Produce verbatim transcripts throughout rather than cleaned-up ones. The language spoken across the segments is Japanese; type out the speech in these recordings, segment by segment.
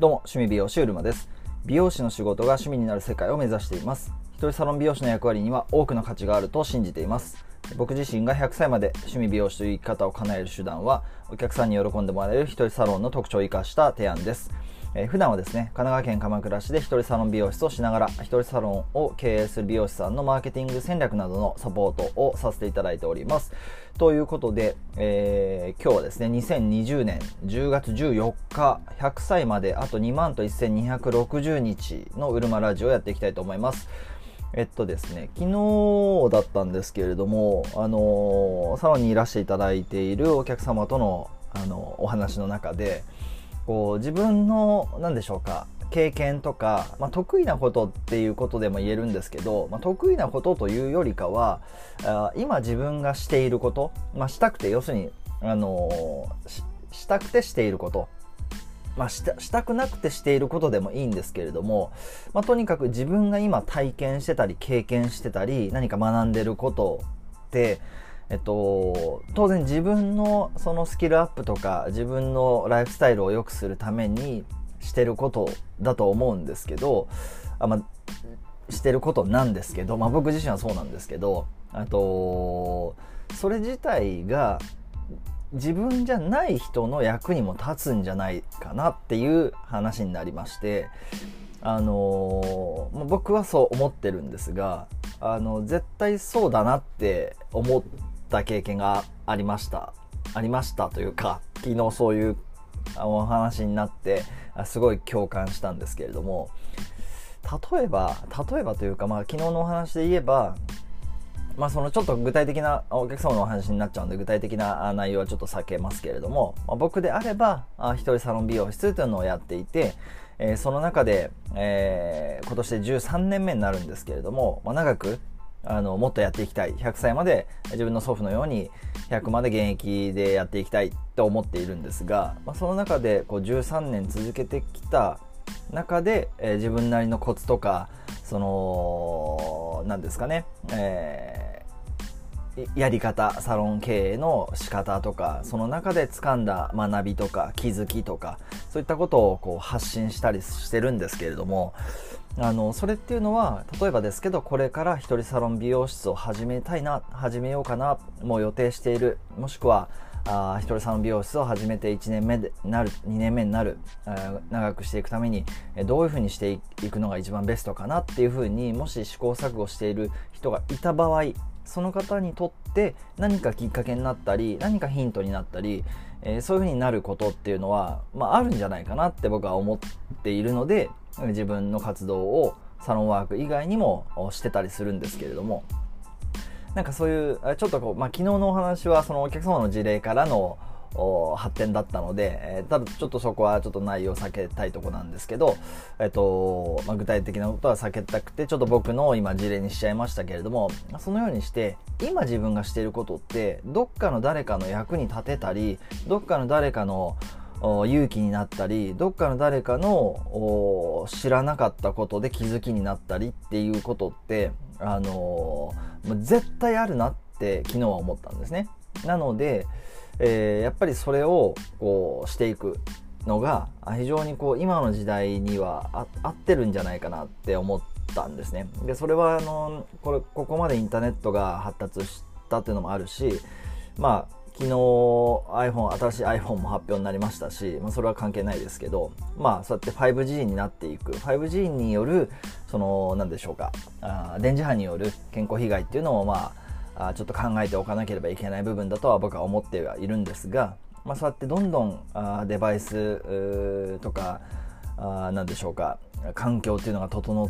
どうも、趣味美容師うるまです。美容師の仕事が趣味になる世界を目指しています。一人サロン美容師の役割には多くの価値があると信じています。僕自身がひゃくさいまで趣味美容師という生き方を叶える手段は、お客さんに喜んでもらえる一人サロンの特徴を生かした提案です。えー、普段はですね、神奈川県鎌倉市で一人サロン美容室をしながら、一人サロンを経営する美容師さんのマーケティング戦略などのサポートをさせていただいております。ということで、えー、今日はですね、にせんにじゅうねんじゅうがつじゅうよっか、ひゃくさいまであとにまんとせんにひゃくろくじゅうにちのうるまラジオをやっていきたいと思います。えっとですね、昨日だったんですけれども、あのー、サロンにいらしていただいているお客様との、あのお話の中で、こう自分の何でしょうか経験とか、まあ、得意なことっていうことでも言えるんですけど、まあ、得意なことというよりかはあ今自分がしていること、まあ、したくて要するに、あのー、し, したくてしていること、まあ、した、したくなくてしていることでもいいんですけれども、まあ、とにかく自分が今体験してたり経験してたり何か学んでることってえっと、当然自分のそのスキルアップとか自分のライフスタイルを良くするためにしてることだと思うんですけど、あ、まあ、してることなんですけど、まあ、僕自身はそうなんですけど、あとそれ自体が自分じゃない人の役にも立つんじゃないかなっていう話になりまして、あのー、僕はそう思ってるんですが、あの絶対そうだなって思った経験がありましたありましたというか、昨日そういうお話になってすごい共感したんですけれども、例えば例えばというか、まあ、昨日のお話で言えば、まあ、そのちょっと具体的なお客様のお話になっちゃうんで具体的な内容はちょっと避けますけれども、まあ、僕であれば一人サロン美容室というのをやっていて、えー、その中で、えー、今年でじゅうさんねんめになるんですけれども、まあ、長くあのもっとやっていきたい、ひゃくさいまで自分の祖父のようにひゃくまで現役でやっていきたいと思っているんですが、まあ、その中でこうじゅうさんねん続けてきた中で、えー、自分なりのコツとかその何ですかね、えー、やり方、サロン経営の仕方とか、その中で掴んだ学びとか気づきとか、そういったことをこう発信したりしてるんですけれども、あのそれっていうのは例えばですけど、これから一人サロン美容室を始めたいな、始めようかな、もう予定している、もしくはあ一人サロン美容室を始めていちねんめになる、にねんめになる、長くしていくためにどういうふうにしていくのが一番ベストかなっていうふうに、もし試行錯誤している人がいた場合、その方にとって何かきっかけになったり、何かヒントになったり、えー、そういう風になることっていうのは、まあ、あるんじゃないかなって僕は思っているので、自分の活動をサロンワーク以外にもしてたりするんですけれども、なんかそういうちょっとこう、まあ、昨日のお話はそのお客様の事例からの発展だったので、えー、ただちょっとそこはちょっと内容を避けたいところなんですけど、えっとまあ、具体的なことは避けたくてちょっと僕の今事例にしちゃいましたけれども、そのようにして今自分がしていることってどっかの誰かの役に立てたり、どっかの誰かの勇気になったり、どっかの誰かの知らなかったことで気づきになったりっていうことって、あのー、絶対あるなって昨日は思ったんですね。なのでえー、やっぱりそれをこうしていくのが非常にこう今の時代にはあ合ってるんじゃないかなって思ったんですね。でそれはあのこれここまでインターネットが発達したっていうのもあるし、まあ昨日 iPhone 新しい iPhone も発表になりましたし、まあ、それは関係ないですけど、まあそうやって ファイブジー になっていく ファイブジー によるその何でしょうか、あ電磁波による健康被害っていうのもまああちょっと考えておかなければいけない部分だとは僕は思ってはいるんですが、まあ、そうやってどんどんあデバイスとかあ何でしょうか環境っていうのが整って、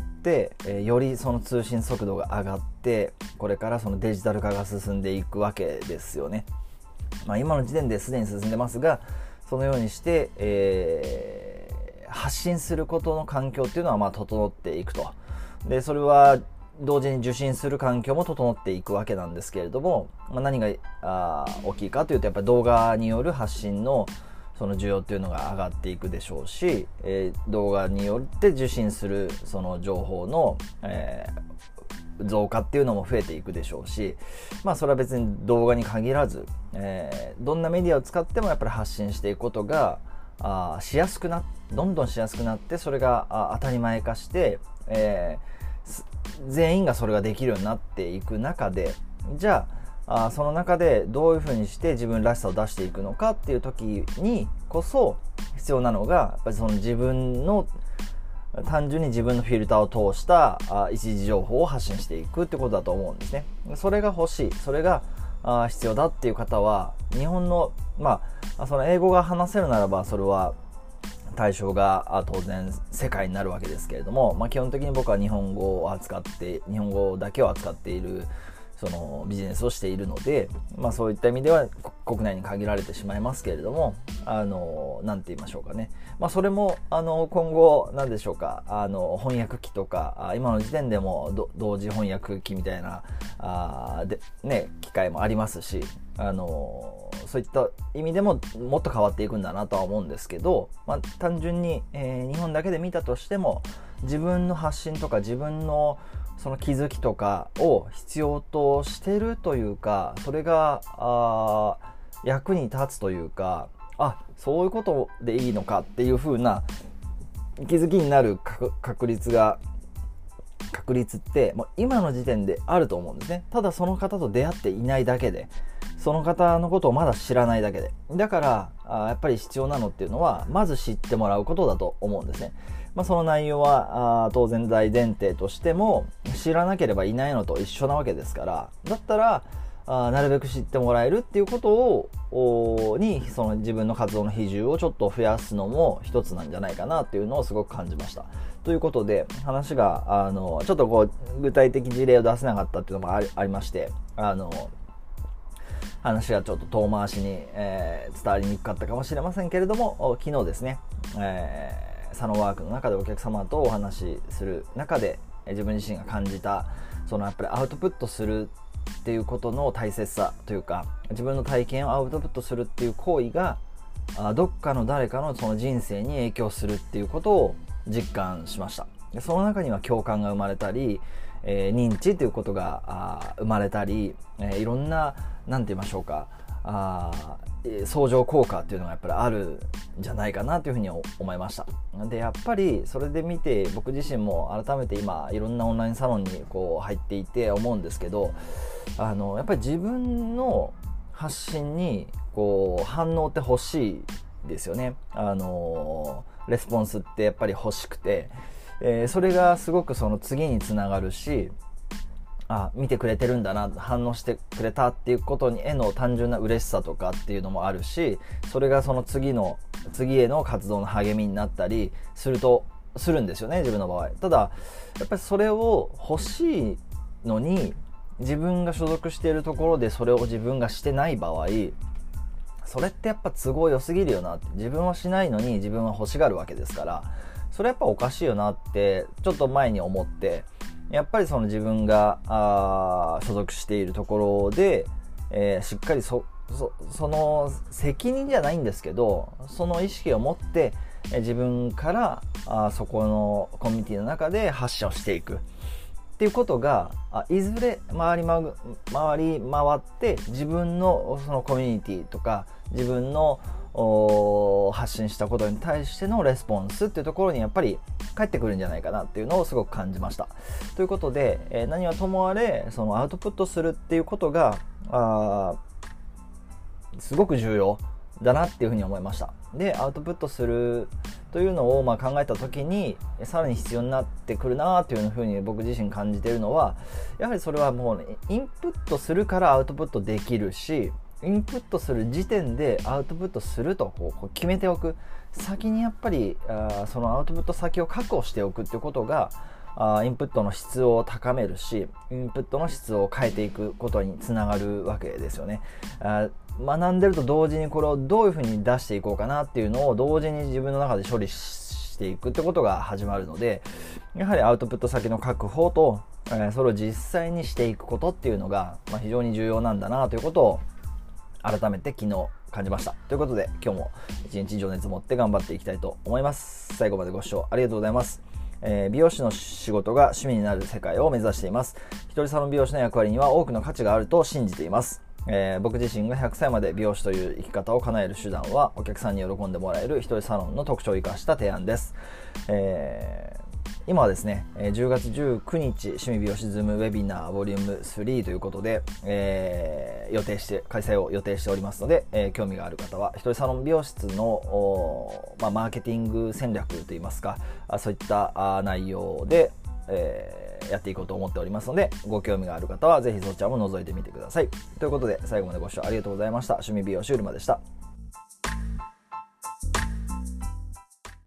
えー、よりその通信速度が上がって、これからそのデジタル化が進んでいくわけですよね。まあ、今の時点ですでに進んでますが、そのようにして、えー、発信することの環境っていうのはまあ整っていくと。でそれは同時に受信する環境も整っていくわけなんですけれども、まあ、何があ大きいかというと、やっぱり動画による発信のその需要っていうのが上がっていくでしょうし、えー、動画によって受信するその情報の、えー、増加っていうのも増えていくでしょうし、まあそれは別に動画に限らず、えー、どんなメディアを使ってもやっぱり発信していくことがあしやすくなどんどんしやすくなって、それがあ当たり前化して、えー、全員がそれができるようになっていく中で、じゃあ、あその中でどういうふうにして自分らしさを出していくのかっていう時にこそ必要なのが、やっぱりその自分の単純に自分のフィルターを通したあ一時情報を発信していくってことだと思うんですね。それが欲しい、それがあ必要だっていう方は、日本のまあその英語が話せるならばそれは対象が当然世界になるわけですけれども、まあ、基本的に僕は日本語を扱って日本語だけを扱っているそのビジネスをしているので、まあ、そういった意味では国内に限られてしまいますけれども、あのなんて言いましょうかね、まあ、それもあの今後何でしょうか、あの翻訳機とか今の時点でも同時翻訳機みたいなあで、ね、機械もありますし、あのそういった意味でももっと変わっていくんだなとは思うんですけど、まあ、単純に、えー、日本だけで見たとしても自分の発信とか自分のその気づきとかを必要としてるというか、それがあ役に立つというか、あそういうことでいいのかっていう風な気づきになる確率が確率ってもう今の時点であると思うんですね。ただその方と出会っていないだけで、その方のことをまだ知らないだけで、だからあやっぱり必要なのっていうのはまず知ってもらうことだと思うんですね。まあ、その内容はあ当然大前提としても知らなければいないのと一緒なわけですから、だったらあなるべく知ってもらえるっていうことをにその自分の活動の比重をちょっと増やすのも一つなんじゃないかなっていうのをすごく感じました。ということで話があのちょっとこう具体的事例を出せなかったっていうのもあ り, ありましてあの話がちょっと遠回しに、えー、伝わりにくかったかもしれませんけれども、昨日ですね、えーサロンワークの中でお客様とお話しする中で自分自身が感じたそのやっぱりアウトプットするっていうことの大切さというか、自分の体験をアウトプットするっていう行為がどっかの誰かのその人生に影響するっていうことを実感しました。でその中には共感が生まれたり、えー、認知ということが生まれたり、えー、いろんななんて言いましょうかあ相乗効果っていうのがやっぱりあるんじゃないかなというふうに思いました。でやっぱりそれで見て僕自身も改めて今いろんなオンラインサロンにこう入っていて思うんですけど、あのやっぱり自分の発信にこう反応って欲しいですよね。あのレスポンスってやっぱり欲しくて、えー、それがすごくその次につながるし、あ見てくれてるんだな、反応してくれたっていうことにへの単純な嬉しさとかっていうのもあるし、それがその次の次への活動の励みになったりするとするんですよね、自分の場合。ただやっぱりそれを欲しいのに自分が所属しているところでそれを自分がしてない場合、それってやっぱ都合良すぎるよなって、自分はしないのに自分は欲しがるわけですから、それやっぱおかしいよなってちょっと前に思って、やっぱりその自分があ所属しているところで、えー、しっかり そ, そ, その責任じゃないんですけど、その意識を持って、えー、自分からあそこのコミュニティの中で発信をしていくっていうことが、あいずれ回り回り回って自分のそのコミュニティとか自分の発信したことに対してのレスポンスっていうところにやっぱり返ってくるんじゃないかなっていうのをすごく感じました。ということで、えー、何はともあれそのアウトプットするっていうことがあすごく重要だなっていうふうに思いました。でアウトプットするというのをまあ考えた時にさらに必要になってくるなっていうふうに僕自身感じているのは、やはりそれはもう、ね、インプットするからアウトプットできるし、インプットする時点でアウトプットするとこうこう決めておく、先にやっぱりあそのアウトプット先を確保しておくっていうことがあインプットの質を高めるし、インプットの質を変えていくことにつながるわけですよね。あ学んでると同時にこれをどういうふうに出していこうかなっていうのを同時に自分の中で処理していくってことが始まるので、やはりアウトプット先の確保と、えー、それを実際にしていくことっていうのが、まあ、非常に重要なんだなということを改めて昨日感じました。ということで今日も一日情熱持って頑張っていきたいと思います。最後までご視聴ありがとうございます。えー、美容師の仕事が趣味になる世界を目指しています。一人サロン美容師の役割には多くの価値があると信じています。 えー、僕自身がひゃくさいまで美容師という生き方を叶える手段は、お客さんに喜んでもらえる一人サロンの特徴を生かした提案です。えー今はですね、じゅうがつじゅうくにち趣味美容師ズームウェビナーボリュームスリーということで、えー、予定して開催を予定しておりますので、えー、興味がある方は一人サロン美容室の、まあ、マーケティング戦略といいますか、そういった内容で、えー、やっていこうと思っておりますので、ご興味がある方はぜひそちらも覗いてみてください。ということで最後までご視聴ありがとうございました。趣味美容師うるまでした。